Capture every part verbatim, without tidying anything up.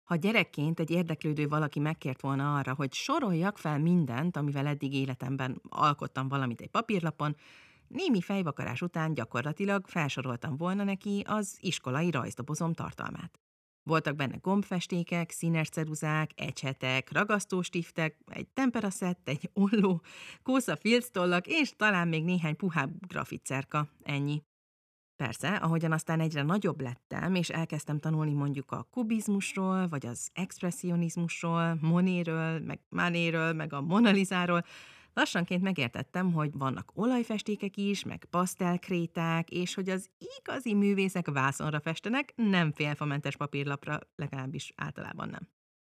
Ha gyerekként egy érdeklődő valaki megkért volna arra, hogy soroljak fel mindent, amivel eddig életemben alkottam valamit egy papírlapon, némi fejvakarás után gyakorlatilag felsoroltam volna neki az iskolai rajzdobozom tartalmát. Voltak benne gombfestékek, színes ceruzák, ecsetek, ragasztóstiftek, egy temperaszett, egy olló, kósza filctollak és talán még néhány puhább grafitcerka, ennyi. Persze, ahogyan aztán egyre nagyobb lettem, és elkezdtem tanulni mondjuk a kubizmusról, vagy az expresszionizmusról, Monéről, meg Manéről, meg a Mona Lisáról, lassanként megértettem, hogy vannak olajfestékek is, meg pasztelkréták, és hogy az igazi művészek vászonra festenek, nem félfamentes papírlapra, legalábbis általában nem.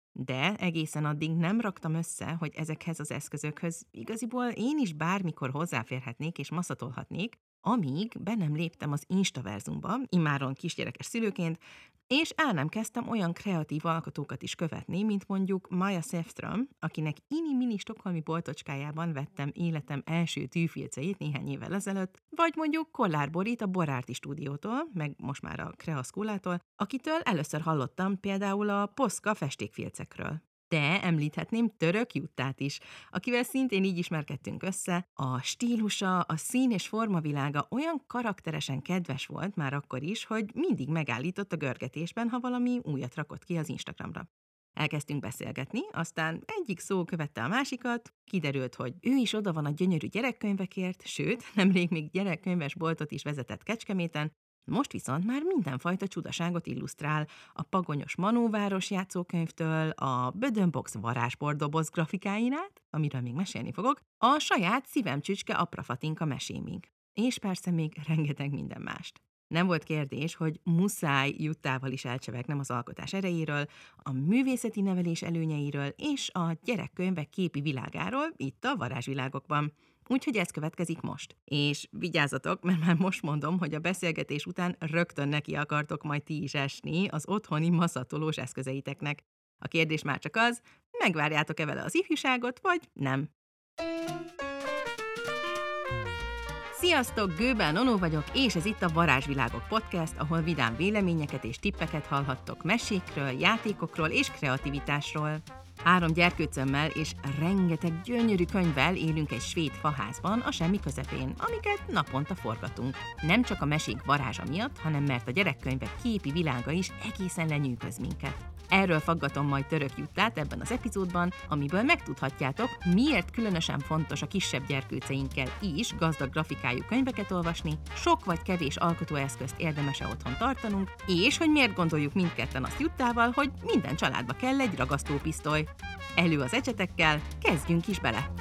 De egészen addig nem raktam össze, hogy ezekhez az eszközökhöz igaziból én is bármikor hozzáférhetnék és maszatolhatnék, amíg be nem léptem az Instaverzumba, immáron kisgyerekes szülőként, és el nem kezdtem olyan kreatív alkotókat is követni, mint mondjuk Maja Säfström, akinek ini-mini stockholmi boltocskájában vettem életem első tűfilceit néhány évvel ezelőtt, vagy mondjuk Kollár Borit a Borárti stúdiótól, meg most már a Kreaszkólától, akitől először hallottam például a Poszka festékfilcekről. De említhetném Török Juttát is, akivel szintén így ismerkedtünk össze. A stílusa, a szín és formavilága olyan karakteresen kedves volt már akkor is, hogy mindig megállított a görgetésben, ha valami újat rakott ki az Instagramra. Elkezdtünk beszélgetni, aztán egyik szó követte a másikat, kiderült, hogy ő is oda van a gyönyörű gyerekkönyvekért, sőt, nemrég még gyerekkönyvesboltot is vezetett Kecskeméten, most viszont már mindenfajta csudaságot illusztrál, a Pagonyos Manóváros játszókönyvtől, a Bödönbox varázsbordoboz grafikáin át, amiről még mesélni fogok, a saját Szívemcsücske Aprafatinka mesémig. És persze még rengeteg minden mást. Nem volt kérdés, hogy muszáj Juttával is elcsevegnem az alkotás erejéről, a művészeti nevelés előnyeiről és a gyerekkönyvek képi világáról itt a varázsvilágokban. Úgyhogy ez következik most. És vigyázzatok, mert már most mondom, hogy a beszélgetés után rögtön neki akartok majd ti is esni az otthoni maszatolós eszközeiteknek. A kérdés már csak az, megvárjátok-e vele az ifjúságot, vagy nem. Sziasztok, Gőbel Nonó vagyok, és ez itt a Varázsvilágok podcast, ahol vidám véleményeket és tippeket hallhattok mesékről, játékokról és kreativitásról. Három gyerkőcömmel és rengeteg gyönyörű könyvvel élünk egy svéd faházban a semmi közepén, amiket naponta forgatunk. Nem csak a mesék varázsa miatt, hanem mert a gyerekkönyvek képi világa is egészen lenyűgöz minket. Erről faggatom majd Török Juttát ebben az epizódban, amiből megtudhatjátok, miért különösen fontos a kisebb gyerkőceinkkel is gazdag grafikájú könyveket olvasni, sok vagy kevés alkotóeszközt érdemes-e otthon tartanunk, és hogy miért gondoljuk mindketten azt Juttával, hogy minden családba kell egy ragasztópisztoly. Elő az ecsetekkel, kezdjünk is bele!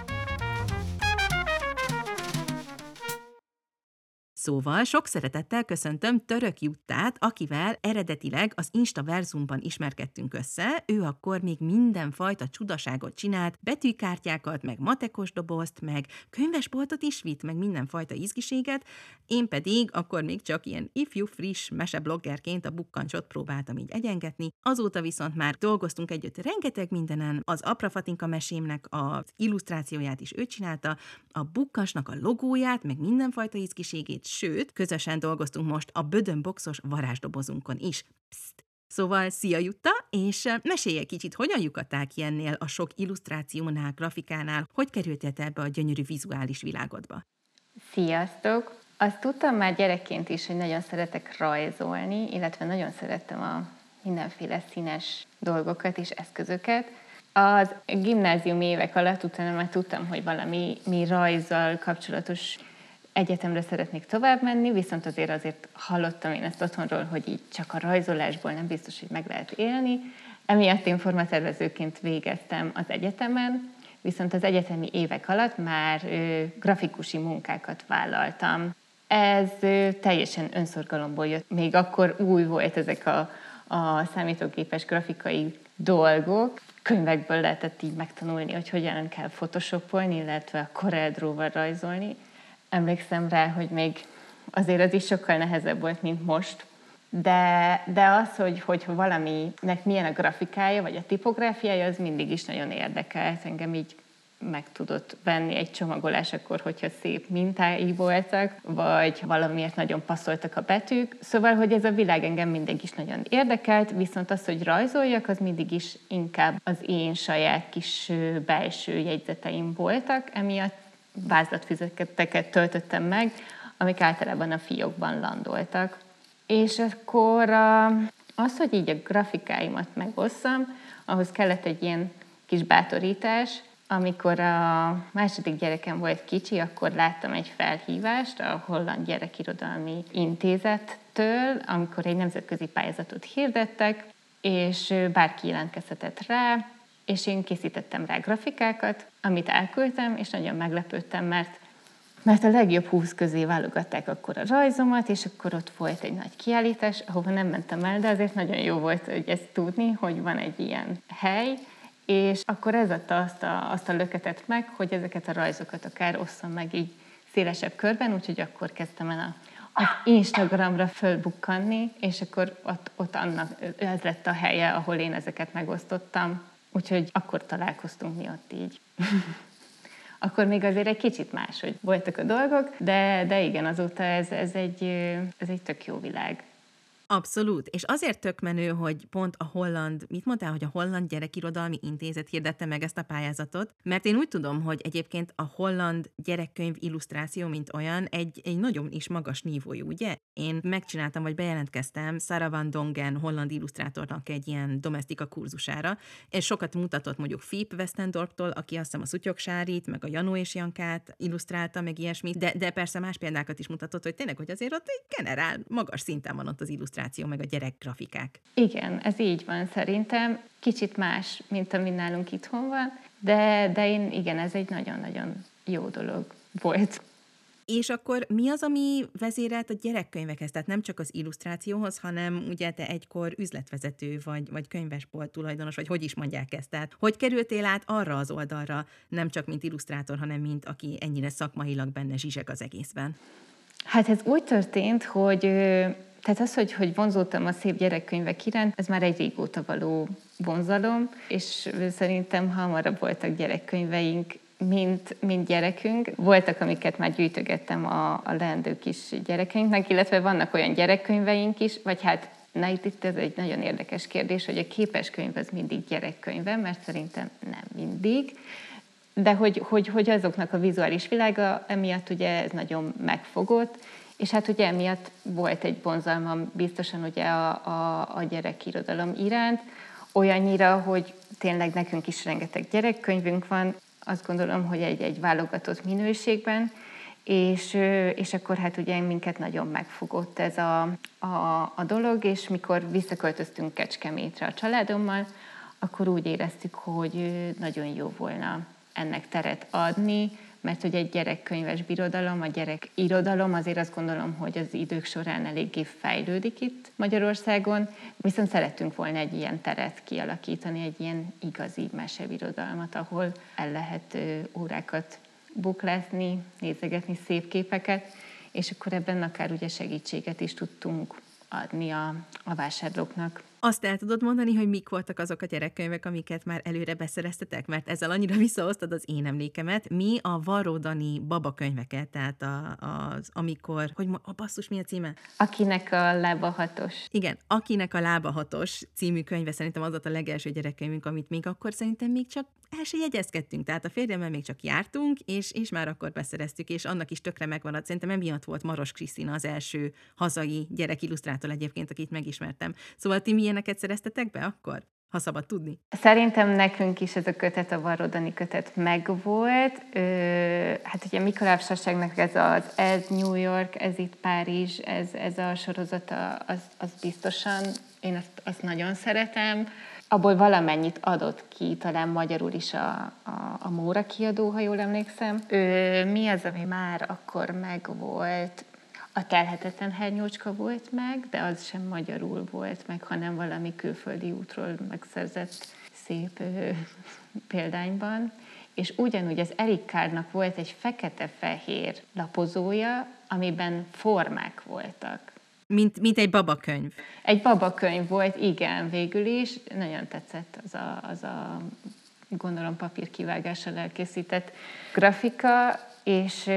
Szóval sok szeretettel köszöntöm Török Juttát, akivel eredetileg az Instaverzumban ismerkedtünk össze, ő akkor még mindenfajta csudaságot csinált, betűkártyákat, meg matekos dobozt, meg könyvesboltot is vitt, meg mindenfajta izgiséget, én pedig akkor még csak ilyen ifjú friss mesebloggerként a bukkancsot próbáltam így egyengetni, azóta viszont már dolgoztunk együtt rengeteg mindenen, az Aprafatinka mesémnek az illusztrációját is ő csinálta, a bukkancsnak a logóját, meg mindenfajta izgiségét, sőt, közösen dolgoztunk most a Bödönboxos varázsdobozunkon is. Pszt. Szóval szia Jutta, és mesélj egy kicsit, hogyan lyukadtál ki ennél a sok illusztrációnál, grafikánál, hogy kerültél te ebbe a gyönyörű vizuális világodba? Sziasztok! Azt tudtam már gyerekként is, hogy nagyon szeretek rajzolni, illetve nagyon szerettem a mindenféle színes dolgokat és eszközöket. Az gimnázium évek alatt utána már tudtam, hogy valami mi rajzzal kapcsolatos egyetemre szeretnék tovább menni, viszont azért azért hallottam én ezt otthonról, hogy így csak a rajzolásból nem biztos, hogy meg lehet élni. Emiatt én formatervezőként végeztem az egyetemen, viszont az egyetemi évek alatt már ö, grafikusi munkákat vállaltam. Ez ö, teljesen önszorgalomból jött. Még akkor új volt ezek a, a számítógépes grafikai dolgok. Könyvekből lehetett így megtanulni, hogy hogyan kell photoshopolni, illetve a Corel Draw-val rajzolni. Emlékszem rá, hogy még azért az is sokkal nehezebb volt, mint most. De, de az, hogy, hogy valaminek milyen a grafikája, vagy a tipográfiája, az mindig is nagyon érdekelt. Engem így meg tudott venni egy csomagolás akkor, hogyha szép mintái voltak, vagy valamiért nagyon passzoltak a betűk. Szóval, hogy ez a világ engem mindig is nagyon érdekelt, viszont az, hogy rajzoljak, az mindig is inkább az én saját kis belső jegyzeteim voltak, emiatt vázlatfüzeteket töltöttem meg, amik általában a fiókban landoltak. És akkor az, hogy így a grafikáimat megosszam, ahhoz kellett egy ilyen kis bátorítás. Amikor a második gyerekem volt kicsi, akkor láttam egy felhívást a Holland Gyerekirodalmi Intézettől, amikor egy nemzetközi pályázatot hirdettek, és bárki jelentkezhetett rá, és én készítettem rá grafikákat, amit elküldtem, és nagyon meglepődtem, mert mert a legjobb húsz közé válogatták akkor a rajzomat, és akkor ott volt egy nagy kiállítás, ahova nem mentem el, de azért nagyon jó volt, hogy ezt tudni, hogy van egy ilyen hely, és akkor ez adta azt a, azt a löketet meg, hogy ezeket a rajzokat akár osszam meg így szélesebb körben, úgyhogy akkor kezdtem el a, az Instagramra fölbukkanni, és akkor ott, ott annak, ez lett a helye, ahol én ezeket megosztottam, úgyhogy akkor találkoztunk mi ott így. Akkor még azért egy kicsit máshogy voltak a dolgok, de, de igen, azóta ez, ez, egy, ez egy tök jó világ. Abszolút, és azért tök menő, hogy pont a holland, mit mondtál, hogy a Holland Gyerekirodalmi Intézet hirdette meg ezt a pályázatot, mert én úgy tudom, hogy egyébként a holland gyerekkönyv illusztráció, mint olyan, egy, egy nagyon is magas nívójú, ugye? Én megcsináltam, vagy bejelentkeztem Sarah van Dongen holland illusztrátornak egy ilyen domestika kurzusára, és sokat mutatott mondjuk Fiep Westendorptól, aki azt hiszem a Szutyok Sárit, meg a Janó és Jankát illusztrálta, meg ilyesmit, de, de persze más példákat is mutatott, hogy tényleg, hogy azért ott egy generál, magas szinten van ott az illusztráció, meg a gyerekgrafikák. Igen, ez így van szerintem. Kicsit más, mint ami nálunk itthon van, de, de én igen, ez egy nagyon-nagyon jó dolog volt. És akkor mi az, ami vezérelt a gyerekkönyvekhez? Tehát nem csak az illusztrációhoz, hanem ugye te egykor üzletvezető vagy, vagy könyvesbolt tulajdonos, vagy hogy is mondják ezt? Tehát hogy kerültél át arra az oldalra, nem csak mint illusztrátor, hanem mint aki ennyire szakmailag benne zsizseg az egészben? Hát ez úgy történt, hogy tehát az, hogy, hogy vonzódtam a szép gyerekkönyvek iránt, ez már egy régóta való vonzalom, és szerintem hamarabb voltak gyerekkönyveink, mint, mint gyerekünk. Voltak, amiket már gyűjtögettem a, a leendő kis gyerekeinknek, illetve vannak olyan gyerekkönyveink is, vagy hát na itt, itt ez egy nagyon érdekes kérdés, hogy a képeskönyv az mindig gyerekkönyve, mert szerintem nem mindig. De hogy, hogy, hogy azoknak a vizuális világa, emiatt ugye ez nagyon megfogott, és hát ugye emiatt volt egy vonzalmam biztosan ugye a, a, a gyerekirodalom iránt, olyannyira, hogy tényleg nekünk is rengeteg gyerekkönyvünk van, azt gondolom, hogy egy-egy válogatott minőségben, és, és akkor hát ugye minket nagyon megfogott ez a, a, a dolog, és mikor visszaköltöztünk Kecskemétre a családommal, akkor úgy éreztük, hogy nagyon jó volna ennek teret adni, mert hogy egy gyerekkönyves birodalom, a gyerekirodalom, azért azt gondolom, hogy az idők során eléggé fejlődik itt Magyarországon, viszont szerettünk volna egy ilyen teret kialakítani, egy ilyen igazi mesebirodalmat, ahol el lehet órákat buklászni, nézegetni szép képeket, és akkor ebben akár ugye segítséget is tudtunk adni a, a vásárlóknak. Azt el tudod mondani, hogy mik voltak azok a gyerekkönyvek, amiket már előre beszereztetek? Mert ezzel annyira visszahoztad az én emlékemet. Mi a Varró Dani babakönyveket, tehát a, az, amikor, hogy a basszus, mi a címe? Akinek a lába hatos. Igen, Akinek a lába hatos című könyve szerintem az volt a legelső gyerekkönyvünk, amit még akkor szerintem még csak el se jegyezkedtünk, tehát a férjemmel még csak jártunk, és, és már akkor beszereztük, és annak is tökre megvan. Szerintem emiatt volt Maros Krisztina az első hazai gyerekillusztrátor egyébként, akit megismertem. Szóval ti milyeneket szereztetek be akkor? Ha szabad tudni. Szerintem nekünk is ez a kötet, a Varró Dani kötet megvolt. Ö, hát ugye Mikoláv Sasságnak ez az Ez New York, ez itt Párizs, ez, ez a sorozata, az, az biztosan, én azt, azt nagyon szeretem. Abból valamennyit adott ki, talán magyarul is a, a, a Móra kiadó, ha jól emlékszem. Ö, mi az, ami már akkor megvolt? A Telhetetlen hernyócska volt meg, de az sem magyarul volt meg, hanem valami külföldi útról megszerzett szép ö, példányban. És ugyanúgy az Eric Carrnak volt egy fekete-fehér lapozója, amiben formák voltak. Mint, mint egy babakönyv. Egy babakönyv volt, igen, végül is. Nagyon tetszett az a, az a gondolom papírkivágással elkészített grafika, és,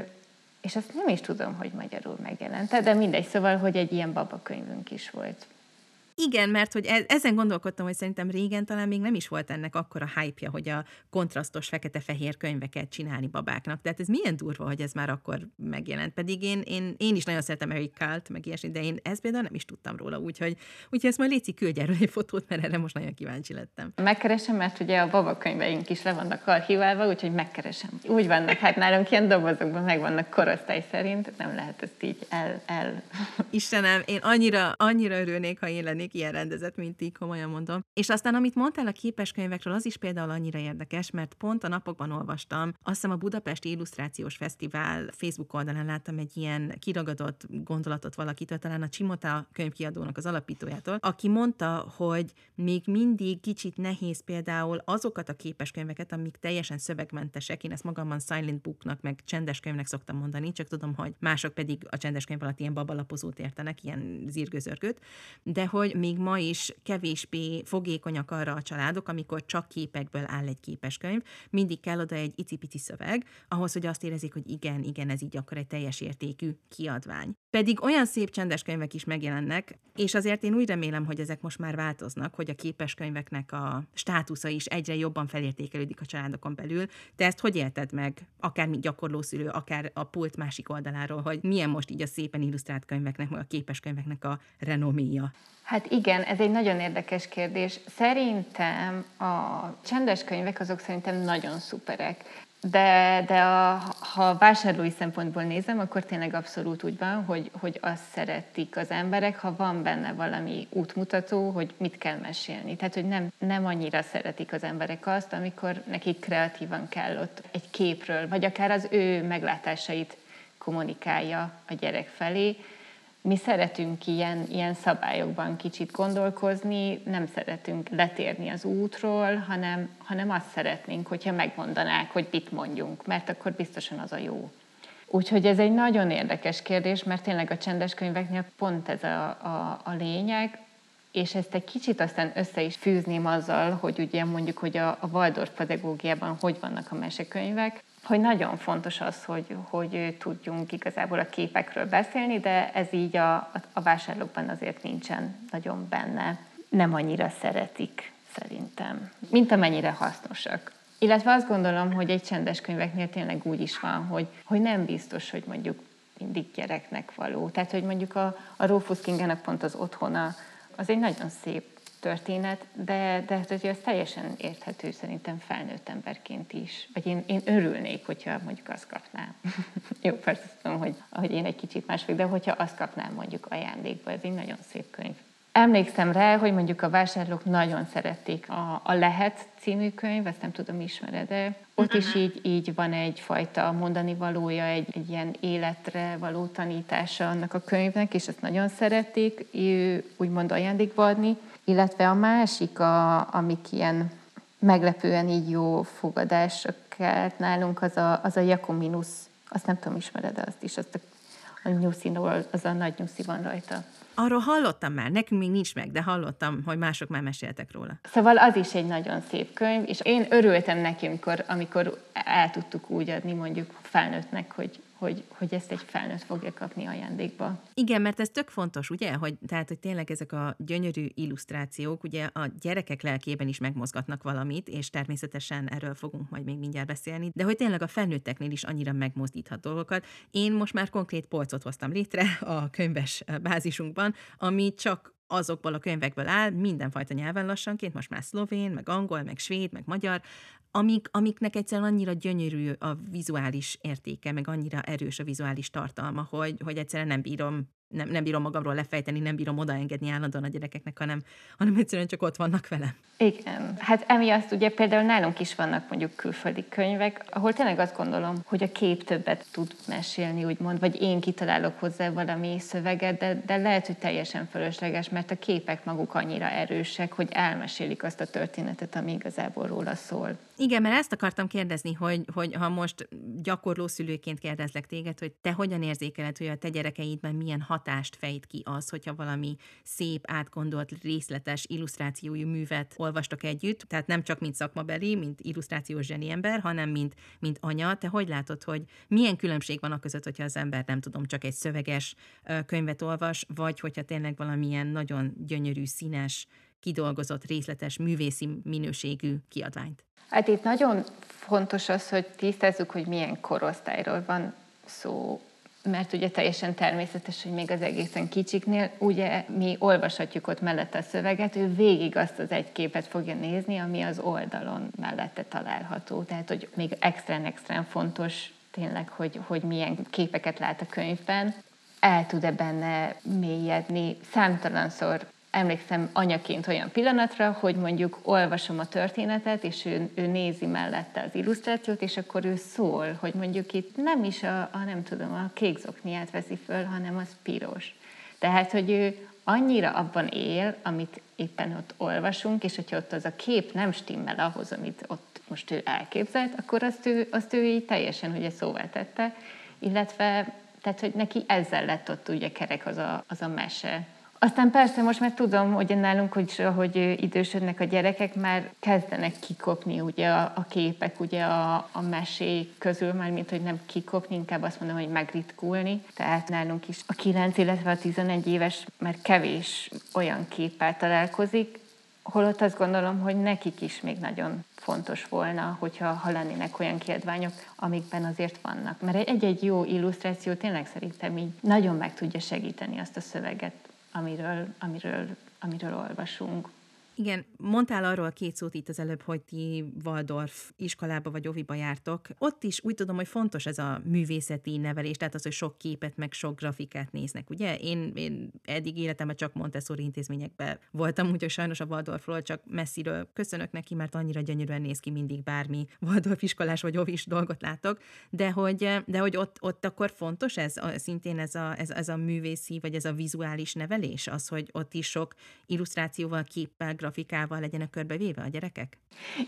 és azt nem is tudom, hogy magyarul megjelent, de mindegy, szóval, hogy egy ilyen babakönyvünk is volt. Igen, mert hogy ezen gondolkodtam, hogy szerintem régen talán még nem is volt ennek akkora hype-ja, hogy a kontrasztos fekete-fehér könyveket csinálni babáknak. Tehát ez milyen durva, hogy ez már akkor megjelent. Pedig én, én, én is nagyon szeretem Eric Carle-t, meg ilyesmi, de én ezt például nem is tudtam róla, úgyhogy, úgyhogy ezt majd léci, küldj erről egy fotót, mert erre most nagyon kíváncsi lettem. Megkeresem, mert ugye a babakönyveink is le vannak archiválva, úgyhogy megkeresem. Úgy vannak, hát nálunk ilyen dobozokban meg vannak korosztály szerint, nem lehet ezt így el... el. Istenem, én annyira, annyira örülnék, ha én lennék ilyen rendezett, mint ti, komolyan mondom. És aztán, amit mondtál a képeskönyvekről, az is például annyira érdekes, mert pont a napokban olvastam, azt hiszem a Budapesti Illusztrációs Fesztivál Facebook oldalán láttam egy ilyen kiragadott gondolatot valakitől, talán a Csimota könyvkiadónak az alapítójától, aki mondta, hogy még mindig kicsit nehéz például azokat a képeskönyveket, amik teljesen szövegmentesek, én ezt magamban silent booknak, meg csendes könyvnek szoktam mondani, csak tudom, hogy mások pedig a csendes könyv alatt ilyen babalapozót értenek, ilyen zirgőzörgőt, de hogy még ma is kevésbé fogékonyak arra a családok, amikor csak képekből áll egy képeskönyv, mindig kell oda egy icipici szöveg, ahhoz, hogy azt érezzék, hogy igen, igen, ez így akkor egy teljes értékű kiadvány. Pedig olyan szép csendes könyvek is megjelennek, és azért én úgy remélem, hogy ezek most már változnak, hogy a képeskönyveknek a státusza is egyre jobban felértékelődik a családokon belül. Te ezt hogy élted meg, akár mint gyakorlószülő, akár a pult másik oldaláról, hogy milyen most így a szépen illusztrált könyveknek, meg a képeskönyveknek a renoméja? Hát igen, ez egy nagyon érdekes kérdés. Szerintem a csendes könyvek azok szerintem nagyon szuperek. De, de a, ha vásárlói szempontból nézem, akkor tényleg abszolút úgy van, hogy, hogy azt szeretik az emberek, ha van benne valami útmutató, hogy mit kell mesélni. Tehát, hogy nem, nem annyira szeretik az emberek azt, amikor nekik kreatívan kell ott egy képről, vagy akár az ő meglátásait kommunikálja a gyerek felé. Mi szeretünk ilyen, ilyen szabályokban kicsit gondolkozni, nem szeretünk letérni az útról, hanem, hanem azt szeretnénk, hogyha megmondanák, hogy mit mondjunk, mert akkor biztosan az a jó. Úgyhogy ez egy nagyon érdekes kérdés, mert tényleg a csendes könyveknél pont ez a, a, a lényeg, és ezt egy kicsit aztán össze is fűzném azzal, hogy ugye mondjuk, hogy a, a Waldorf pedagógiában hogy vannak a mesekönyvek, hogy nagyon fontos az, hogy, hogy tudjunk igazából a képekről beszélni, de ez így a, a vásárlókban azért nincsen nagyon benne. Nem annyira szeretik, szerintem, mint amennyire hasznosak. Illetve azt gondolom, hogy egy csendes könyveknél tényleg úgy is van, hogy, hogy nem biztos, hogy mondjuk mindig gyereknek való. Tehát, hogy mondjuk a, a Rufus Kingának pont az otthona, az egy nagyon szép történet, de, de hát ez teljesen érthető szerintem felnőtt emberként is. Vagy én, én örülnék, hogyha mondjuk azt kapnám. Jó, persze tudom, hogy, hogy én egy kicsit más vagyok, de hogyha azt kapnám mondjuk ajándékba, ez egy nagyon szép könyv. Emlékszem rá, hogy mondjuk a vásárlók nagyon szerették a, a Lehet című könyv, ezt nem tudom, ismered-e. Ott is így, így van egyfajta mondani valója, egy, egy ilyen életre való tanítása annak a könyvnek, és ezt nagyon szerették, úgymond ajándékba adni. Illetve a másik, a, amik ilyen meglepően így jó fogadásra kelt nálunk, az a, az a Jakominus, azt nem tudom, ismered, azt is, azt a, a nyusziról, az a nagy nyuszi van rajta. Arról hallottam már, nekünk még nincs meg, de hallottam, hogy mások már meséltek róla. Szóval az is egy nagyon szép könyv, és én örültem neki, amikor, amikor el tudtuk úgy adni mondjuk felnőttnek, hogy, hogy, hogy ezt egy felnőtt fogja kapni ajándékba. Igen, mert ez tök fontos, ugye, hogy, tehát, hogy tényleg ezek a gyönyörű illusztrációk, ugye a gyerekek lelkében is megmozgatnak valamit, és természetesen erről fogunk majd még mindjárt beszélni, de hogy tényleg a felnőtteknél is annyira megmozdíthat dolgokat. Én most már konkrét polcot hoztam létre a könyves bázisunkban, ami csak azokból a könyvekből áll, mindenfajta nyelven lassanként, most már szlovén, meg angol, meg svéd, meg magyar, amik, amiknek egyszerűen annyira gyönyörű a vizuális értéke, meg annyira erős a vizuális tartalma, hogy, hogy egyszerűen nem bírom, nem, nem bírom magamról lefejteni, nem bírom odaengedni állandóan a gyerekeknek, hanem, hanem egyszerűen csak ott vannak velem. Igen. Hát emiatt ugye például nálunk is vannak mondjuk külföldi könyvek, ahol tényleg azt gondolom, hogy a kép többet tud mesélni, úgymond, vagy én kitalálok hozzá valami szöveget, de, de lehet, hogy teljesen fölösleges, mert a képek maguk annyira erősek, hogy elmesélik azt a történetet, ami igazából róla szól. Igen, mert ezt akartam kérdezni, hogy, hogy ha most gyakorló szülőként kérdezlek téged, hogy te hogyan érzékeled, hogy a te gyerekeidben milyen hatást fejt ki az, hogyha valami szép, átgondolt, részletes illusztrációjú művet olvastok együtt, tehát nem csak mint szakmabeli, mint illusztrációs zseniember, hanem mint, mint anya. Te hogy látod, hogy milyen különbség van a között, hogyha az ember, nem tudom, csak egy szöveges könyvet olvas, vagy hogyha tényleg valamilyen nagyon gyönyörű, színes, kidolgozott, részletes, művészi minőségű kiadványt? Hát itt nagyon fontos az, hogy tisztázzuk, hogy milyen korosztályról van szó, mert ugye teljesen természetes, hogy még az egészen kicsiknél, ugye mi olvashatjuk ott mellette a szöveget, ő végig azt az egy képet fogja nézni, ami az oldalon mellette található. Tehát, hogy még extrán-extrán fontos tényleg, hogy, hogy milyen képeket lát a könyvben, el tud-e benne mélyedni. Számtalanszor emlékszem anyaként olyan pillanatra, hogy mondjuk olvasom a történetet, és ő, ő nézi mellette az illusztrációt, és akkor ő szól, hogy mondjuk itt nem is a, a nem tudom, a kék zokniát veszi föl, hanem az piros. Tehát, hogy ő annyira abban él, amit éppen ott olvasunk, és hogyha ott az a kép nem stimmel ahhoz, amit ott most ő elképzelt, akkor azt ő, azt ő így teljesen ugye szóvá tette, illetve tehát, hogy neki ezzel lett ott ugye kerek az a, az a mese. Aztán persze most már tudom, hogy nálunk, hogy ahogy idősödnek a gyerekek, már kezdenek kikopni ugye a, a képek ugye a, a mesék közül, már mint hogy nem kikopni, inkább azt mondom, hogy megritkulni. Tehát nálunk is a kilenc, illetve a tizenegy éves már kevés olyan képpel találkozik, holott azt gondolom, hogy nekik is még nagyon fontos volna, hogyha ha lennének olyan kiadványok, amikben azért vannak. Mert egy-egy jó illusztráció tényleg szerintem így nagyon meg tudja segíteni azt a szöveget, amiről, amiről, amiről olvasunk. Igen, mondtál arról két szót itt az előbb, hogy ti Waldorf iskolába vagy oviba jártok. Ott is úgy tudom, hogy fontos ez a művészeti nevelés, tehát az, hogy sok képet, meg sok grafikát néznek, ugye? Én, én eddig életemben csak Montessori intézményekben voltam, úgyhogy sajnos a Waldorfról csak messziről köszönök neki, mert annyira gyönyörűen néz ki mindig bármi Waldorf iskolás vagy ovis dolgot látok, de hogy, de hogy ott, ott akkor fontos ez, szintén ez a, ez, ez a művészi, vagy ez a vizuális nevelés, az, hogy ott is sok illusztrációval, képpel, grafikával legyenek körbevéve a gyerekek?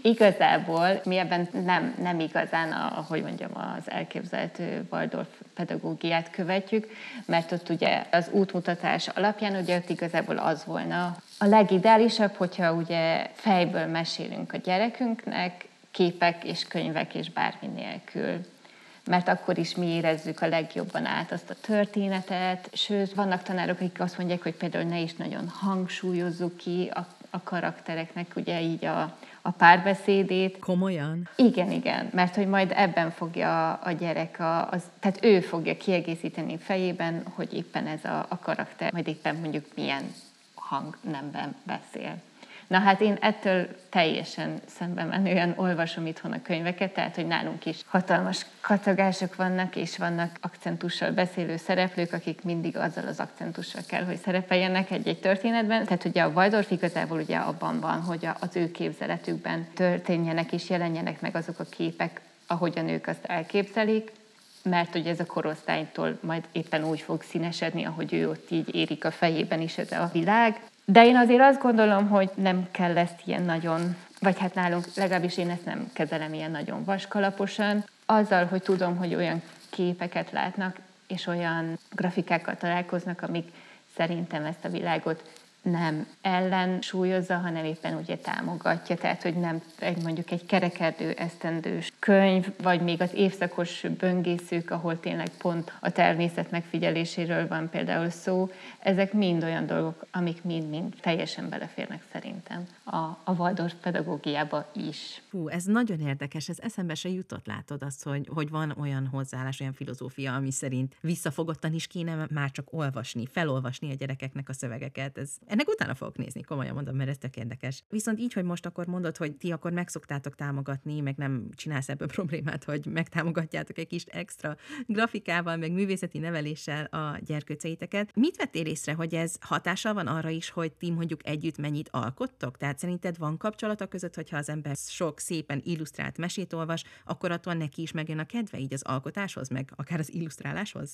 Igazából mi ebben nem, nem igazán, a, hogy mondjam, az elképzelt Waldorf pedagógiát követjük, mert ott ugye az útmutatás alapján ugye ott igazából az volna a legideálisabb, hogyha ugye fejből mesélünk a gyerekünknek, képek és könyvek és bármi nélkül. Mert akkor is mi érezzük a legjobban át azt a történetet, sőt, vannak tanárok, akik azt mondják, hogy például ne is nagyon hangsúlyozzuk ki a, a karaktereknek ugye így a, a párbeszédét. Komolyan? Igen, igen, mert hogy majd ebben fogja a gyerek, a, az, tehát ő fogja kiegészíteni fejében, hogy éppen ez a, a karakter, majd éppen mondjuk milyen hangnemben beszél. Na hát én ettől teljesen szembe menően olvasom itthon a könyveket, tehát hogy nálunk is hatalmas kattogások vannak, és vannak akcentussal beszélő szereplők, akik mindig azzal az akcentussal kell, hogy szerepeljenek egy-egy történetben. Tehát ugye a Waldorf igazából ugye abban van, hogy az ő képzeletükben történjenek és jelenjenek meg azok a képek, ahogyan ők azt elképzelik, mert ugye ez a korosztálytól majd éppen úgy fog színesedni, ahogy ő ott így érik a fejében is ez a világ. De én azért azt gondolom, hogy nem kell ezt ilyen nagyon, vagy hát nálunk legalábbis én ezt nem kezelem ilyen nagyon vaskalaposan. Azzal, hogy tudom, hogy olyan képeket látnak, és olyan grafikákkal találkoznak, amik szerintem ezt a világot nem ellensúlyozza, hanem éppen ugye támogatja. Tehát, hogy nem egy mondjuk egy kerekedő esztendős könyv, vagy még az évszakos böngészők, ahol tényleg pont a természet megfigyeléséről van például szó. Ezek mind olyan dolgok, amik mind-mind teljesen beleférnek szerintem a, a Waldorf pedagógiába is. Hú, ez nagyon érdekes, ez eszembe se jutott, látod azt, hogy, hogy van olyan hozzáállás, olyan filozófia, ami szerint visszafogottan is kéne már csak olvasni, felolvasni a gyerekeknek a szövegeket. Ez, ennek utána fogok nézni, komolyan mondom, mert ez tök érdekes. Viszont így, hogy most akkor mondod, hogy ti akkor megszoktátok támogatni, meg nem csinálsz ebből problémát, hogy megtámogatjátok egy kis extra grafikával, meg művészeti neveléssel a gyerkőceiteket. Mit vettél észre, hogy ez hatással van arra is, hogy ti mondjuk együtt mennyit alkottok? Tehát szerinted van kapcsolata között, hogyha az ember sok szépen illusztrált mesét olvas, akkor attól neki is megjön a kedve így az alkotáshoz, meg akár az illusztráláshoz?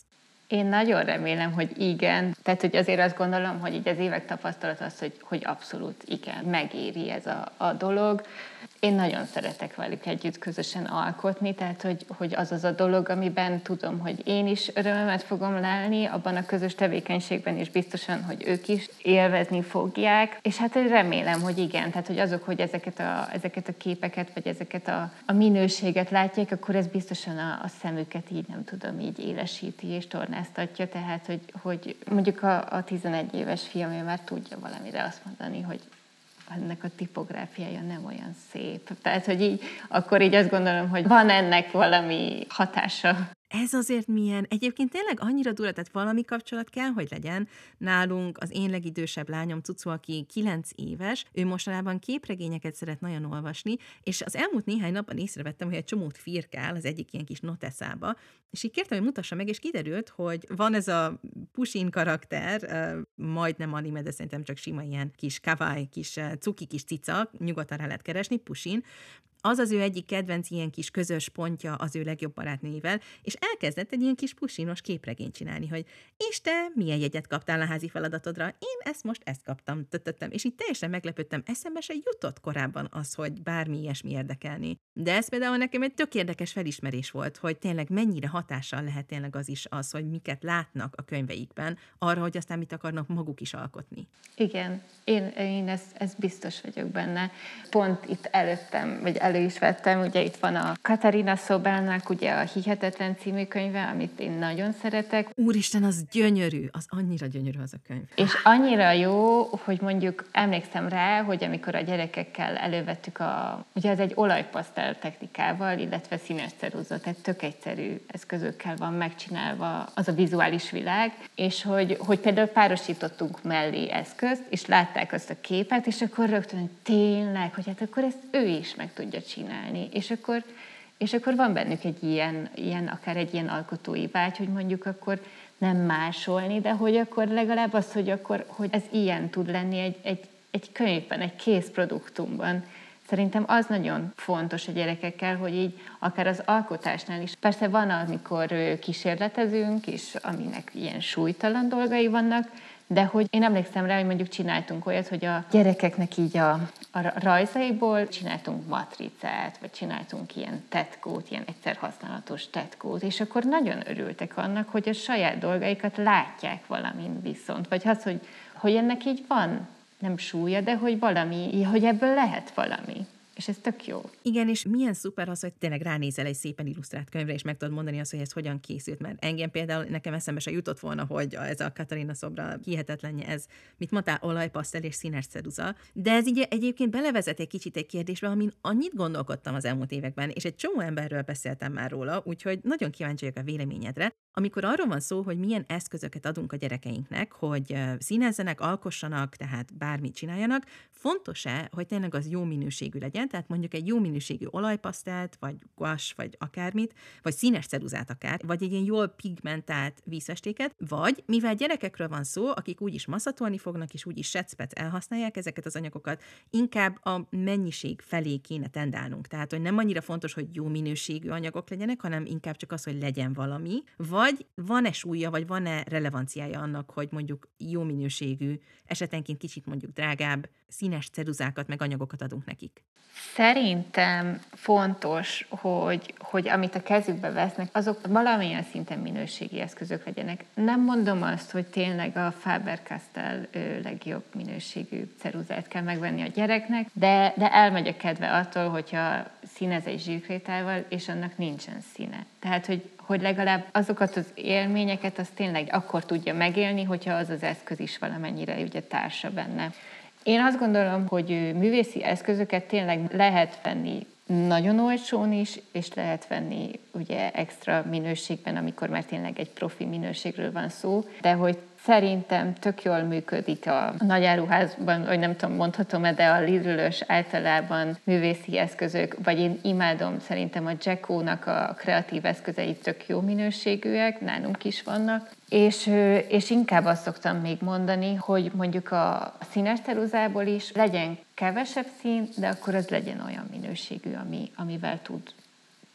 Én nagyon remélem, hogy igen. Tehát, hogy azért azt gondolom, hogy így az évek tapasztalat az, hogy, hogy abszolút igen, megéri ez a, a dolog. Én nagyon szeretek velük együtt közösen alkotni, tehát, hogy, hogy az az a dolog, amiben tudom, hogy én is örömet fogom lelni, abban a közös tevékenységben is biztosan, hogy ők is élvezni fogják. És hát remélem, hogy igen, tehát, hogy azok, hogy ezeket a, ezeket a képeket, vagy ezeket a, a minőséget látják, akkor ez biztosan a, a szemüket így, nem tudom, így élesíti és tornáztatja, tehát, hogy, hogy mondjuk a, a tizenegy éves fiam már tudja valamire azt mondani, hogy ennek a tipográfiája nem olyan szép. Tehát, hogy így, akkor így azt gondolom, hogy van ennek valami hatása. Ez azért milyen, egyébként tényleg annyira durva, tehát valami kapcsolat kell, hogy legyen. Nálunk az én legidősebb lányom Cucu, aki kilenc éves, ő mostanában képregényeket szeret nagyon olvasni, és az elmúlt néhány napban észrevettem, hogy egy csomót firkál az egyik ilyen kis noteszába, és így kértem, hogy mutassa meg, és kiderült, hogy van ez a Pusin karakter, majdnem anime, de szerintem csak sima ilyen kis kawaii, kis cuki kis cica, nyugodtan rá lehet keresni, Pusin. Az az ő egyik kedvenc ilyen kis közös pontja az ő legjobb barátnőivel, és elkezdett egy ilyen kis pusinos képregényt csinálni, hogy és te milyen jegyet kaptál a házi feladatodra? Én ezt most ezt kaptam, tötöttem, és így teljesen meglepődtem, eszembe se jutott korábban az, hogy bármi ilyesmi érdekelni. De ez például nekem egy tök érdekes felismerés volt, hogy tényleg mennyire hatással lehet tényleg az is az, hogy miket látnak a könyveikben, arra, hogy aztán mit akarnak maguk is alkotni. Igen, én, én ezt, ezt biztos vagyok benne. Pont itt előttem, vagy elő is vettem, ugye itt van a Katarina Sobelnak ugye a Hihetetlen című könyve, amit én nagyon szeretek. Úristen, az gyönyörű, az annyira gyönyörű az a könyv. És annyira jó, hogy mondjuk emlékszem rá, hogy amikor a gyerekekkel elővettük a, ugye ez egy olajpasztel technikával, illetve színes ceruza, tehát tök egyszerű eszközökkel van megcsinálva az a vizuális világ, és hogy, hogy például párosítottunk mellé eszközt, és látták azt a képet, és akkor rögtön, hogy tényleg, hogy hát akkor ezt ő is meg tudja csinálni. És akkor, és akkor van bennük egy ilyen, ilyen, akár egy ilyen alkotói vágy, hogy mondjuk akkor nem másolni, de hogy akkor legalább az, hogy akkor, hogy ez ilyen tud lenni egy, egy, egy könyvben, egy készproduktumban. Szerintem az nagyon fontos a gyerekekkel, hogy így akár az alkotásnál is. Persze van, amikor kísérletezünk, és aminek ilyen súlytalan dolgai vannak, de hogy én emlékszem rá, hogy mondjuk csináltunk olyat, hogy a gyerekeknek így a, a rajzaiból csináltunk matricát, vagy csináltunk ilyen tetkót, ilyen egyszer használatos tetkót, és akkor nagyon örültek annak, hogy a saját dolgaikat látják valamin viszont, vagy az, hogy, hogy ennek így van nem súlya, de hogy valami, hogy ebből lehet valami. És ez tök jó. Igen, és milyen szuper az, hogy tényleg ránézel egy szépen illusztrált könyvre, és meg tudod mondani azt, hogy ez hogyan készült, mert engem például nekem eszembe se jutott volna, hogy ez a Katarina szobra hihetetlenje, ez, mit mondtál, olajpasztel és színes ceruza. De ez így egyébként belevezet egy kicsit egy kérdésbe, amin annyit gondolkodtam az elmúlt években, és egy csomó emberről beszéltem már róla, úgyhogy nagyon kíváncsi vagyok a véleményedre. Amikor arról van szó, hogy milyen eszközöket adunk a gyerekeinknek, hogy színezzenek, alkossanak, tehát bármit csináljanak, fontos-e, hogy tényleg az jó minőségű legyen, tehát mondjuk egy jó minőségű olajpasztelt, vagy guas, vagy akármit, vagy színes ceruzát akár, vagy egy ilyen jól pigmentált vízfestéket, vagy mivel gyerekekről van szó, akik úgyis maszatolni fognak, és úgyis secpec elhasználják ezeket az anyagokat, inkább a mennyiség felé kéne tendálnunk. Tehát, hogy nem annyira fontos, hogy jó minőségű anyagok legyenek, hanem inkább csak az, hogy legyen valami, vagy van-e súlya, vagy van-e relevanciája annak, hogy mondjuk jó minőségű, esetenként kicsit mondjuk drágább, színes ceruzákat, meg anyagokat adunk nekik. Szerintem fontos, hogy, hogy amit a kezükbe vesznek, azok valamilyen szinten minőségi eszközök legyenek. Nem mondom azt, hogy tényleg a Faber-Castell legjobb minőségű ceruzát kell megvenni a gyereknek, de, de elmegy a kedve attól, hogyha színez egy zsírkrétával, és annak nincsen színe. Tehát, hogy hogy legalább azokat az élményeket az tényleg akkor tudja megélni, hogyha az az eszköz is valamennyire ugye társa benne. Én azt gondolom, hogy művészi eszközöket tényleg lehet venni nagyon olcsón is, és lehet venni ugye extra minőségben, amikor már tényleg egy profi minőségről van szó, de hogy szerintem tök jól működik a nagyáruházban, vagy nem tudom, mondhatom-e, de a Lidl-ös általában művészi eszközök, vagy én imádom, szerintem a Jacko-nak a kreatív eszközei tök jó minőségűek, nálunk is vannak, és, és inkább azt szoktam még mondani, hogy mondjuk a színes ceruzából is legyen kevesebb szín, de akkor az legyen olyan minőségű, ami, amivel tud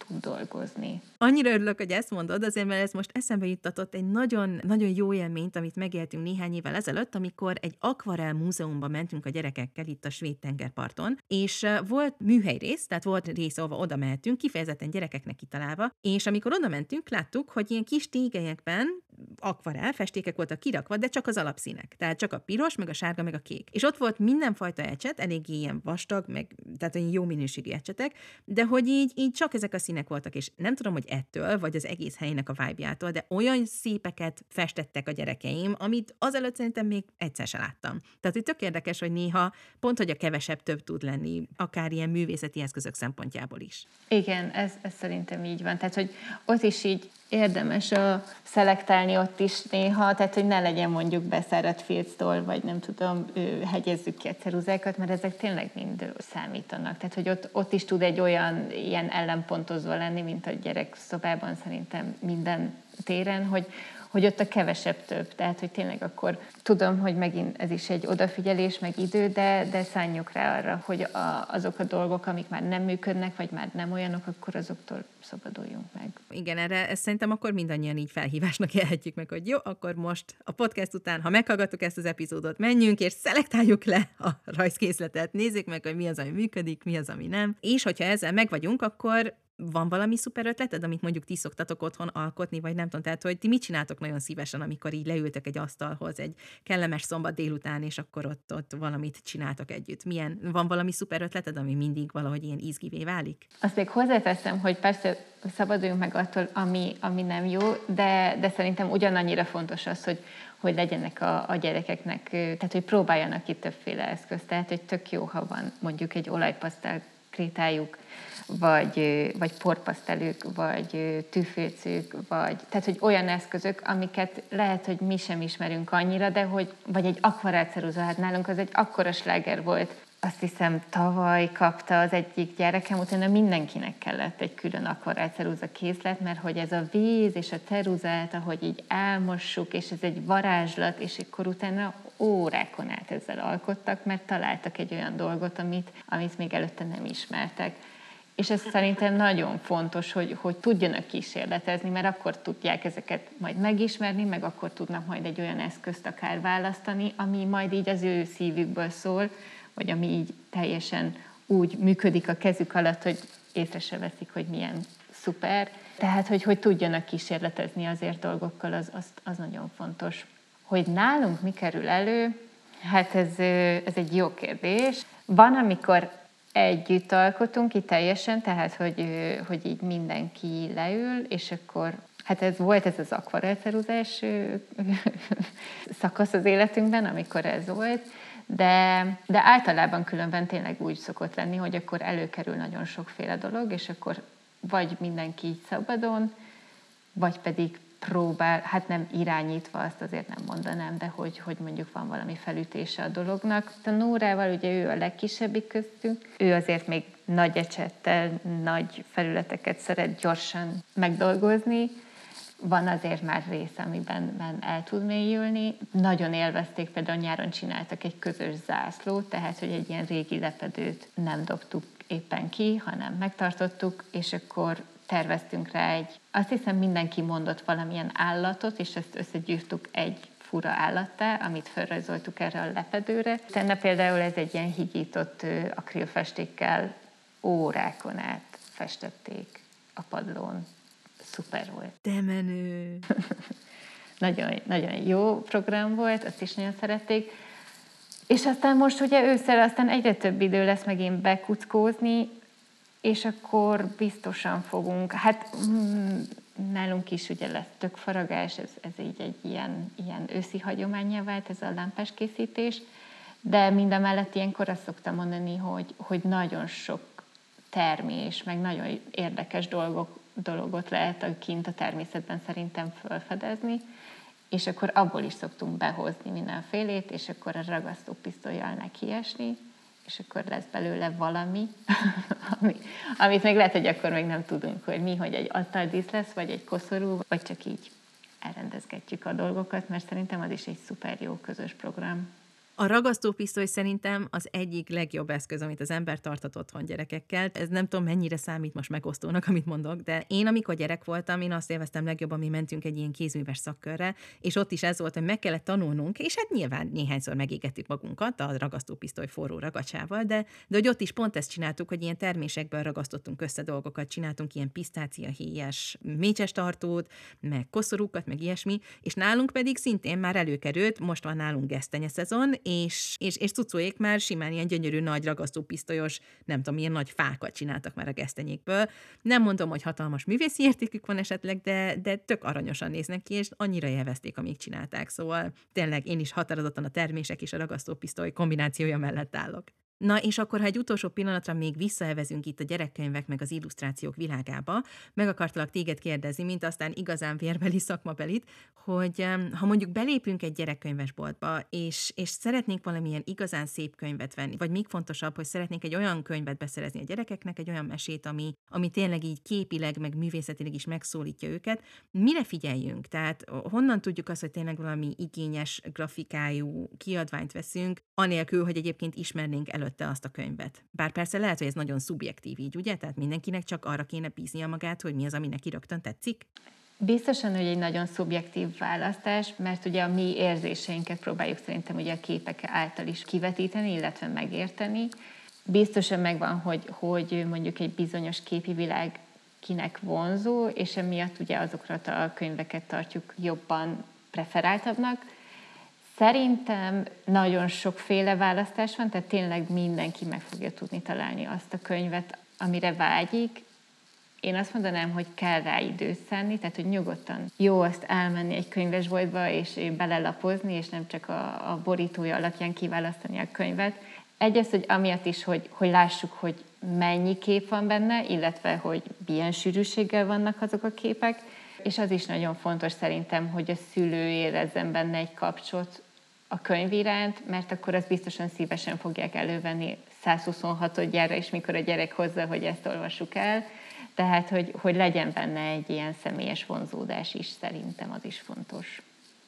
tud dolgozni. Annyira örülök, hogy ezt mondod, azért, mert ez most eszembe juttatott egy nagyon, nagyon jó élményt, amit megéltünk néhány évvel ezelőtt, amikor egy akvarell múzeumba mentünk a gyerekekkel itt a svéd tengerparton, és volt műhelyrész, tehát volt rész, ahova oda mehetünk, kifejezetten gyerekeknek kitalálva, és amikor oda mentünk, láttuk, hogy ilyen kis tégelyekben akvarell festékek voltak kirakva, de csak az alapszínek. Tehát csak a piros, meg a sárga, meg a kék. És ott volt mindenfajta ecset, eléggé ilyen vastag, meg tehát olyan jó minőségű ecsetek, de hogy így, így csak ezek a színek voltak, és nem tudom, hogy ettől, vagy az egész helynek a vibe-jától, de olyan szépeket festettek a gyerekeim, amit azelőtt szerintem még egyszer se láttam. Tehát itt tök érdekes, hogy néha pont, hogy a kevesebb több tud lenni, akár ilyen művészeti eszközök szempontjából is. Igen, ez, ez szerintem így van. Tehát, hogy ott is így érdemes a szelektálni ott is néha, tehát, hogy ne legyen mondjuk beszáradt filctól, vagy nem tudom, hegyezzük ki a ceruzákat, mert ezek tényleg mind számítanak. Tehát, hogy ott, ott is tud egy olyan ilyen ellenpontozó lenni, mint a gyerek szobában szerintem minden téren, hogy, hogy ott a kevesebb több. Tehát, hogy tényleg akkor tudom, hogy megint ez is egy odafigyelés, meg idő, de, de szánjuk rá arra, hogy a, azok a dolgok, amik már nem működnek, vagy már nem olyanok, akkor azoktól szabaduljunk meg. Igen, erre ezt szerintem akkor mindannyian így felhívásnak jelhetjük meg, hogy jó, akkor most a podcast után, ha meghallgattuk ezt az epizódot, menjünk és szelektáljuk le a rajzkészletet, nézzük meg, hogy mi az, ami működik, mi az, ami nem. És hogyha ezzel megvagyunk, akkor van valami szuper ötleted, amit mondjuk ti szoktatok otthon alkotni, vagy nem tudom, tehát hogy ti mit csináltok nagyon szívesen, amikor így leültök egy asztalhoz egy kellemes szombat délután, és akkor ott, ott valamit csináltok együtt. Milyen, van valami szuper ötleted, ami mindig valahogy ilyen izgivé válik? Azt még hozzáteszem, hogy persze szabaduljunk meg attól, ami, ami nem jó, de, de szerintem ugyanannyira fontos az, hogy, hogy legyenek a, a gyerekeknek, tehát hogy próbáljanak ki többféle eszközt, tehát hogy tök jó, ha van mondjuk egy olajpasztel krétájuk, vagy, vagy porpasztelük, vagy tűfőcük, vagy, tehát, hogy olyan eszközök, amiket lehet, hogy mi sem ismerünk annyira, de hogy, vagy egy akvarellceruza, hát nálunk az egy akkora sláger volt. Azt hiszem, tavaly kapta az egyik gyerekem, utána mindenkinek kellett egy külön akvarellceruza készlet, mert hogy ez a víz és a ceruzát, ahogy így elmossuk, és ez egy varázslat, és akkor utána órákon át ezzel alkottak, mert találtak egy olyan dolgot, amit, amit még előtte nem ismertek. És ez szerintem nagyon fontos, hogy, hogy tudjanak kísérletezni, mert akkor tudják ezeket majd megismerni, meg akkor tudnak majd egy olyan eszközt akár választani, ami majd így az ő szívükből szól, vagy ami így teljesen úgy működik a kezük alatt, hogy észre se veszik, hogy milyen szuper. Tehát, hogy, hogy tudjanak kísérletezni azért dolgokkal, az, az, az nagyon fontos. Hogy nálunk mi kerül elő, hát ez, ez egy jó kérdés. Van, amikor együtt alkotunk ki teljesen, tehát, hogy, hogy így mindenki leül, és akkor, hát ez volt ez az akvarellceruzás szakasz az életünkben, amikor ez volt, de, de általában különben tényleg úgy szokott lenni, hogy akkor előkerül nagyon sokféle dolog, és akkor vagy mindenki így szabadon, vagy pedig próbál, hát nem irányítva, azt azért nem mondanám, de hogy, hogy mondjuk van valami felütése a dolognak. A Nórával, ugye ő a legkisebbik köztünk, ő azért még nagy ecsettel, nagy felületeket szeret gyorsan megdolgozni, van azért már rész, amiben el tud mélyülni. Nagyon élvezték, például nyáron csináltak egy közös zászlót, tehát, hogy egy ilyen régi lepedőt nem dobtuk éppen ki, hanem megtartottuk, és akkor terveztünk rá egy, azt hiszem mindenki mondott valamilyen állatot, és ezt összegyűjtük egy fura állattá, amit felrajzoltuk erre a lepedőre. Tenne például ez egy ilyen higított akrilfestékkel órákon át festették a padlón. Szuper volt. De menő! nagyon, nagyon jó program volt, azt is nagyon szerették. És aztán most ugye ősszel aztán egyre több idő lesz megint bekuckózni, és akkor biztosan fogunk, hát mm, nálunk is ugye lesz tökfaragás, ez, ez így egy ilyen, ilyen őszi hagyománnyá vált, ez a lámpás készítés, de mindamellett ilyenkor azt szoktam mondani, hogy, hogy nagyon sok termés, meg nagyon érdekes dolgok, dologot lehet kint a természetben szerintem felfedezni, és akkor abból is szoktunk behozni mindenfélét, és akkor a ragasztópisztollyal nekiesni, és akkor lesz belőle valami, ami, amit még lehet, hogy akkor még nem tudunk, hogy mi, hogy egy asztaldísz lesz, vagy egy koszorú, vagy csak így elrendezgetjük a dolgokat, mert szerintem az is egy szuper jó közös program. A ragasztópisztoly szerintem az egyik legjobb eszköz, amit az ember tarthat otthon gyerekekkel. Ez nem tudom, mennyire számít most megosztónak, amit mondok, de én, amikor gyerek voltam, én azt élveztem legjobban, mi mentünk egy ilyen kézműves szakkörre, és ott is ez volt, hogy meg kellett tanulnunk, és hát nyilván néhányszor megégettük magunkat a ragasztópisztoly forró ragacsával, de, de hogy ott is pont ezt csináltuk, hogy ilyen termésekből ragasztottunk össze dolgokat, csináltunk ilyen pisztáciahéjas mécses tartót, meg koszorúkat, meg ilyesmi, és nálunk pedig szintén már előkerült, most van nálunk gesztenye szezon, és, és, és cucóék már simán ilyen gyönyörű nagy ragasztópisztolyos, nem tudom, ilyen nagy fákat csináltak már a gesztenyékből. Nem mondom, hogy hatalmas művészi értékük van esetleg, de, de tök aranyosan néznek ki, és annyira élvezték, amíg csinálták. Szóval tényleg én is határozottan a termések és a ragasztópisztoly kombinációja mellett állok. Na, és akkor, ha egy utolsó pillanatra még visszaevezünk itt a gyerekkönyvek meg az illusztrációk világába, meg akartalak téged kérdezni, mint aztán igazán vérbeli szakmabelit, hogy ha mondjuk belépünk egy gyerekkönyvesboltba, és, és szeretnénk valamilyen igazán szép könyvet venni, vagy még fontosabb, hogy szeretnénk egy olyan könyvet beszerezni a gyerekeknek, egy olyan mesét, ami, ami tényleg így képileg, meg művészetileg is megszólítja őket, mire figyeljünk? Tehát honnan tudjuk azt, hogy tényleg valami igényes grafikájú kiadványt veszünk, anélkül, hogy egyébként ismernénk előtte azt a könyvet. Bár persze lehet, hogy ez nagyon szubjektív így, ugye? Tehát mindenkinek csak arra kéne bíznia magát, hogy mi az, ami neki rögtön tetszik? Biztosan, hogy egy nagyon szubjektív választás, mert ugye a mi érzéseinket próbáljuk szerintem ugye a képek által is kivetíteni, illetve megérteni. Biztosan megvan, hogy, hogy mondjuk egy bizonyos képi világ kinek vonzó, és emiatt ugye azokat a könyveket tartjuk jobban preferáltabbnak. Szerintem nagyon sokféle választás van, tehát tényleg mindenki meg fogja tudni találni azt a könyvet, amire vágyik. Én azt mondanám, hogy kell rá időt szánni, tehát hogy nyugodtan jó azt elmenni egy könyvesboltba, és belelapozni, és nem csak a, a borítója alapján kiválasztani a könyvet. Egyrészt, hogy amiatt is, hogy, hogy lássuk, hogy mennyi kép van benne, illetve hogy milyen sűrűséggel vannak azok a képek, és az is nagyon fontos szerintem, hogy a szülő érezzen benne egy kapcsot a könyv iránt, mert akkor azt biztosan szívesen fogják elővenni százhuszonhatodjára is, mikor a gyerek hozza, hogy ezt olvassuk el. Tehát, hogy, hogy legyen benne egy ilyen személyes vonzódás is, szerintem az is fontos.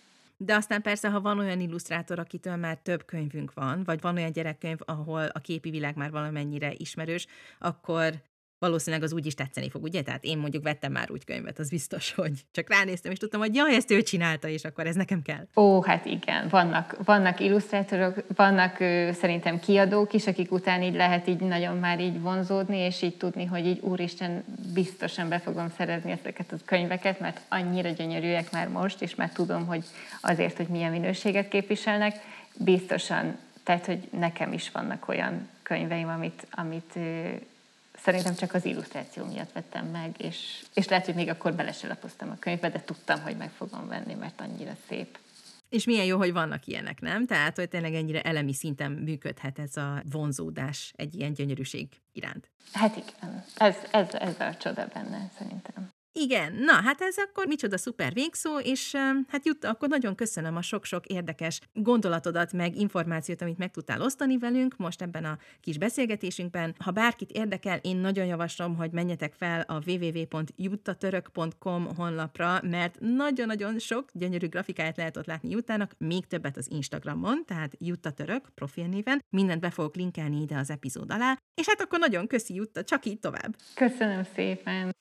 De aztán persze, ha van olyan illusztrátor, akitől már több könyvünk van, vagy van olyan gyerekkönyv, ahol a képi világ már valamennyire ismerős, akkor valószínűleg az úgy is tetszeni fog, ugye? Tehát én mondjuk vettem már úgy könyvet, az biztos, hogy csak ránéztem, és tudtam, hogy jaj, ezt ő csinálta, és akkor ez nekem kell. Ó, hát igen, vannak, vannak illusztrátorok, vannak ö, szerintem kiadók is, akik után így lehet így nagyon már így vonzódni, és így tudni, hogy így úristen, biztosan be fogom szerezni ezeket a könyveket, mert annyira gyönyörűek már most, és már tudom, hogy azért, hogy milyen minőséget képviselnek, biztosan, tehát, hogy nekem is vannak olyan könyveim, amit, amit ö, szerintem csak az illusztráció miatt vettem meg, és, és lehet, hogy még akkor bele se lapoztam a könyvbe, de tudtam, hogy meg fogom venni, mert annyira szép. És milyen jó, hogy vannak ilyenek, nem? Tehát, hogy tényleg ennyire elemi szinten működhet ez a vonzódás egy ilyen gyönyörűség iránt. Hát igen, ez, ez, ez a csoda benne, szerintem. Igen, na, hát ez akkor micsoda szuper végszó, és hát Jutta, akkor nagyon köszönöm a sok-sok érdekes gondolatodat, meg információt, amit meg tudtál osztani velünk most ebben a kis beszélgetésünkben. Ha bárkit érdekel, én nagyon javaslom, hogy menjetek fel a double-u double-u double-u pont juttatörök pont com honlapra, mert nagyon-nagyon sok gyönyörű grafikáját lehet ott látni Juttának, még többet az Instagramon, tehát juttatörök profilnéven. Mindent be fogok linkelni ide az epizód alá, és hát akkor nagyon köszi, Jutta, csak így tovább. Köszönöm szépen!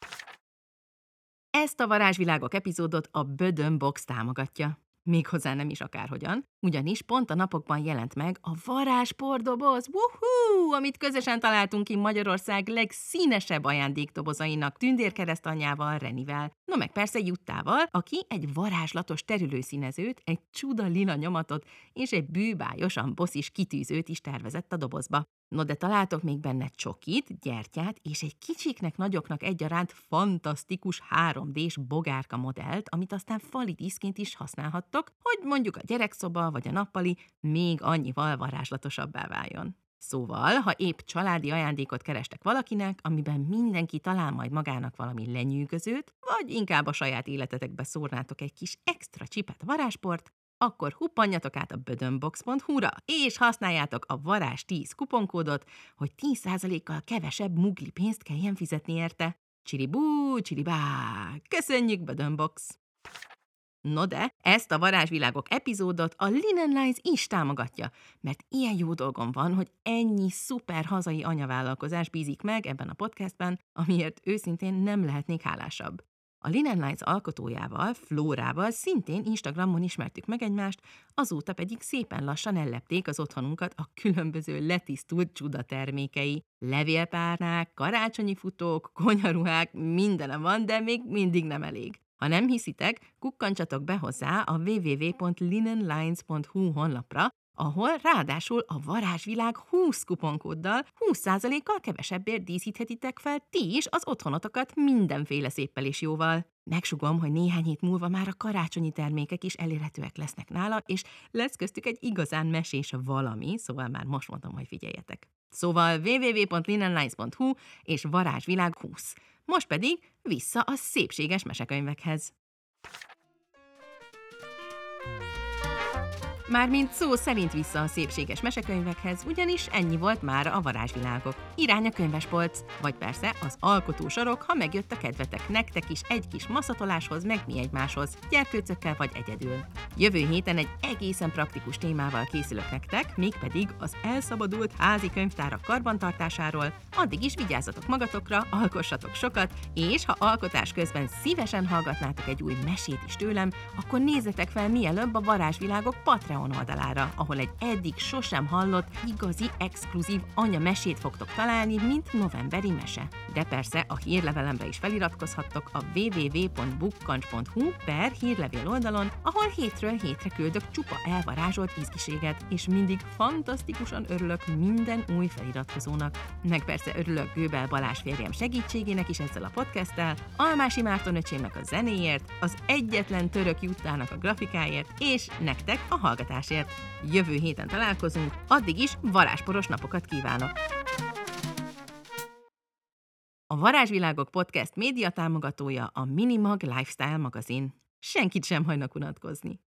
Ezt a Varázsvilágok epizódot a Bödön Box támogatja. Méghozzá nem is akárhogyan, ugyanis pont a napokban jelent meg a varázspordoboz, wuhú, amit közösen találtunk ki Magyarország legszínesebb ajándékdobozainak tündérkeresztanyjával, Renivel, no meg persze Juttával, aki egy varázslatos terülőszínezőt, egy csuda lila nyomatot és egy bűbályosan boszis kitűzőt is tervezett a dobozba. No de találtok még benne csokit, gyertyát és egy kicsiknek nagyoknak egyaránt fantasztikus három dés bogárka modellt, amit aztán fali díszként is használhattok, hogy mondjuk a gyerekszoba vagy a nappali még annyival varázslatosabbá váljon. Szóval, ha épp családi ajándékot kerestek valakinek, amiben mindenki talál majd magának valami lenyűgözőt, vagy inkább a saját életetekbe szórnátok egy kis extra csipet varázsport, akkor huppanjatok át a bödönbox pont hu-ra, és használjátok a varázs tíz kuponkódot, hogy tíz százalékkal kevesebb mugli pénzt kelljen fizetni érte. Csiribú, csiribá! Köszönjük, Bödönbox! No de, ezt a Varázsvilágok epizódot a Linen Lines is támogatja, mert ilyen jó dolgom van, hogy ennyi szuper hazai anyavállalkozás bízik meg ebben a podcastben, amiért őszintén nem lehetnék hálásabb. A Linen Lines alkotójával, Flórával szintén Instagramon ismertük meg egymást, azóta pedig szépen lassan ellepték az otthonunkat a különböző letisztult csudatermékei. Levélpárnák, karácsonyi futók, konyaruhák, mindenem van, de még mindig nem elég. Ha nem hiszitek, kukkantsatok be hozzá a double-u double-u double-u pont linenlines pont hu honlapra, ahol ráadásul a Varázsvilág húsz kuponkóddal húsz százalékkal kevesebbért díszíthetitek fel ti is az otthonotokat mindenféle széppel és jóval. Megsugom, hogy néhány hét múlva már a karácsonyi termékek is elérhetőek lesznek nála, és lesz köztük egy igazán mesés valami, szóval már most mondom, hogy figyeljetek. Szóval double-u double-u double-u pont linenlines pont hu és Varázsvilág húsz. Most pedig vissza a szépséges mesekönyvekhez. Mármint szó szerint vissza a szépséges mesekönyvekhez, ugyanis ennyi volt már a Varázsvilágok. Irány a könyvespolc, vagy persze az alkotósorok, ha megjött a kedvetek nektek is egy kis maszatoláshoz, meg mi egymáshoz, gyerkőcökkel vagy egyedül. Jövő héten egy egészen praktikus témával készülök nektek, mégpedig az elszabadult házi könyvtárak karbantartásáról. Addig is vigyázzatok magatokra, alkossatok sokat, és ha alkotás közben szívesen hallgatnátok egy új mesét is tőlem, akkor nézzetek fel mielőbb a Varázsvilágok Patreon oldalára, ahol egy eddig sosem hallott, igazi, exkluzív anyamesét fogtok találni, mint novemberi mese. De persze a hírlevelemre is feliratkozhattok a double-u double-u double-u pont bukkancs pont hu per hírlevél oldalon, ahol hétről hétre küldök csupa elvarázsolt izgiséget, és mindig fantasztikusan örülök minden új feliratkozónak. Meg persze örülök Gőbel Balázs férjem segítségének is ezzel a podcasttel, Almási Márton öcsémnek a zenéért, az egyetlen török juttának a grafikáért, és nektek a hallgatásért. Jövő héten találkozunk, addig is varázsporos napokat kívánok! A Varázsvilágok podcast média támogatója a Minimag Lifestyle magazin. Senkit sem hagynak unatkozni.